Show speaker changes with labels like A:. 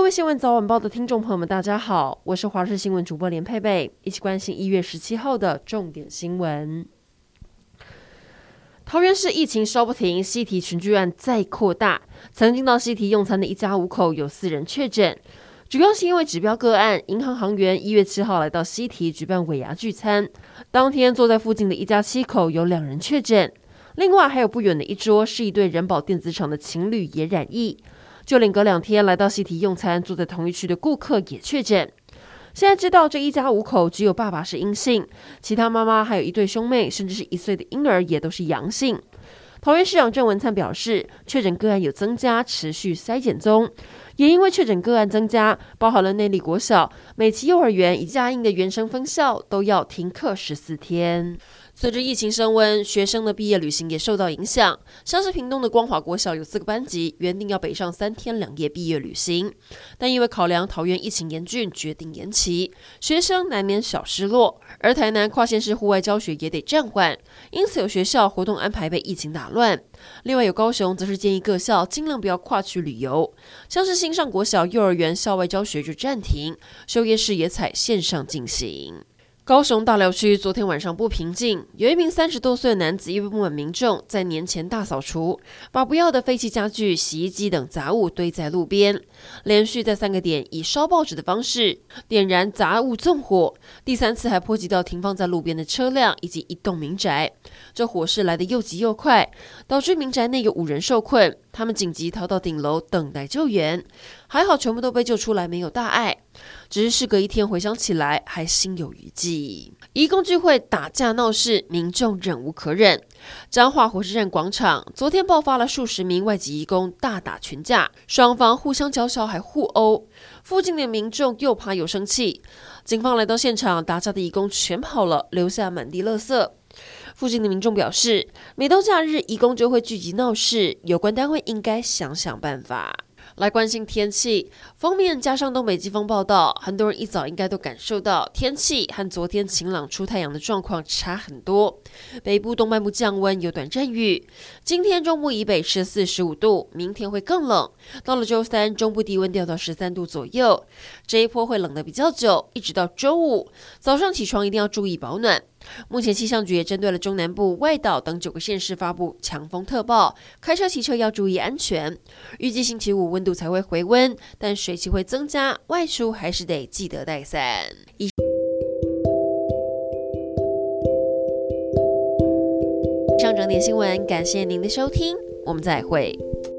A: 位新闻早晚报的听众朋友们，大家好，我是华视新闻主播连佩佩，一起关心1月17号的重点新闻。桃园市疫情稍不停，西堤群聚案再扩大，曾经到西堤用餐的一家5口有4人确诊，主要是因为指标个案，银行行员1月7号来到西堤举办尾牙聚餐，当天坐在附近的一家7口有2人确诊，另外还有不远的一桌是一对人保电子厂的情侣也染疫。就连隔2天来到西堤用餐，坐在同一区的顾客也确诊。现在知道这一家5口只有爸爸是阴性，其他妈妈还有一对兄妹，甚至是1岁的婴儿也都是阳性。桃园市长郑文灿表示，确诊个案有增加，持续筛检中。也因为确诊个案增加，包含了内壢国小、美琪幼儿园以及嘉义的原生分校都要停课14天。随着疫情升温，学生的毕业旅行也受到影响。像是屏东的光华国小有4个班级原定要北上3天2夜毕业旅行，但因为考量桃园疫情严峻，决定延期，学生难免小失落。而台南跨县市户外教学也得暂缓，因此有学校活动安排被疫情打乱。另外有高雄则是建议各校尽量不要跨区旅游，像是新上国小幼儿园校外教学就暂停，修业式也采线上进行。高雄大寮区昨天晚上不平静，有一名30多岁的男子因为不满民众在年前大扫除，把不要的废弃家具、洗衣机等杂物堆在路边，连续在3个点以烧报纸的方式点燃杂物纵火，第3次还波及到停放在路边的车辆以及一栋民宅。这火势来得又急又快，导致民宅内有5人受困，他们紧急逃到顶楼等待救援，还好全部都被救出来，没有大碍。只是事隔1天回想起来还心有余悸。移工聚会打架闹事，民众忍无可忍。彰化火车站广场昨天爆发了数十名外籍移工大打群架，双方互相叫嚣还互殴，附近的民众又怕又生气，警方来到现场，打架的移工全跑了，留下满地垃圾。附近的民众表示，每到假日移工就会聚集闹事，有关单位应该想想办法。来关心天气封面，加上东北季风报道，很多人一早应该都感受到天气和昨天晴朗出太阳的状况差很多。北部东半部降温，有短暂雨。今天中部以北14、15度，明天会更冷。到了周3，中部低温掉到13度左右。这一波会冷得比较久，一直到周5早上起床一定要注意保暖。目前气象局也针对了中南部、外岛等9个县市发布强风特报，开车骑车要注意安全。预计星期5温度才会回温，但水汽会增加，外出还是得记得带伞。以上整点新闻，感谢您的收听，我们再会。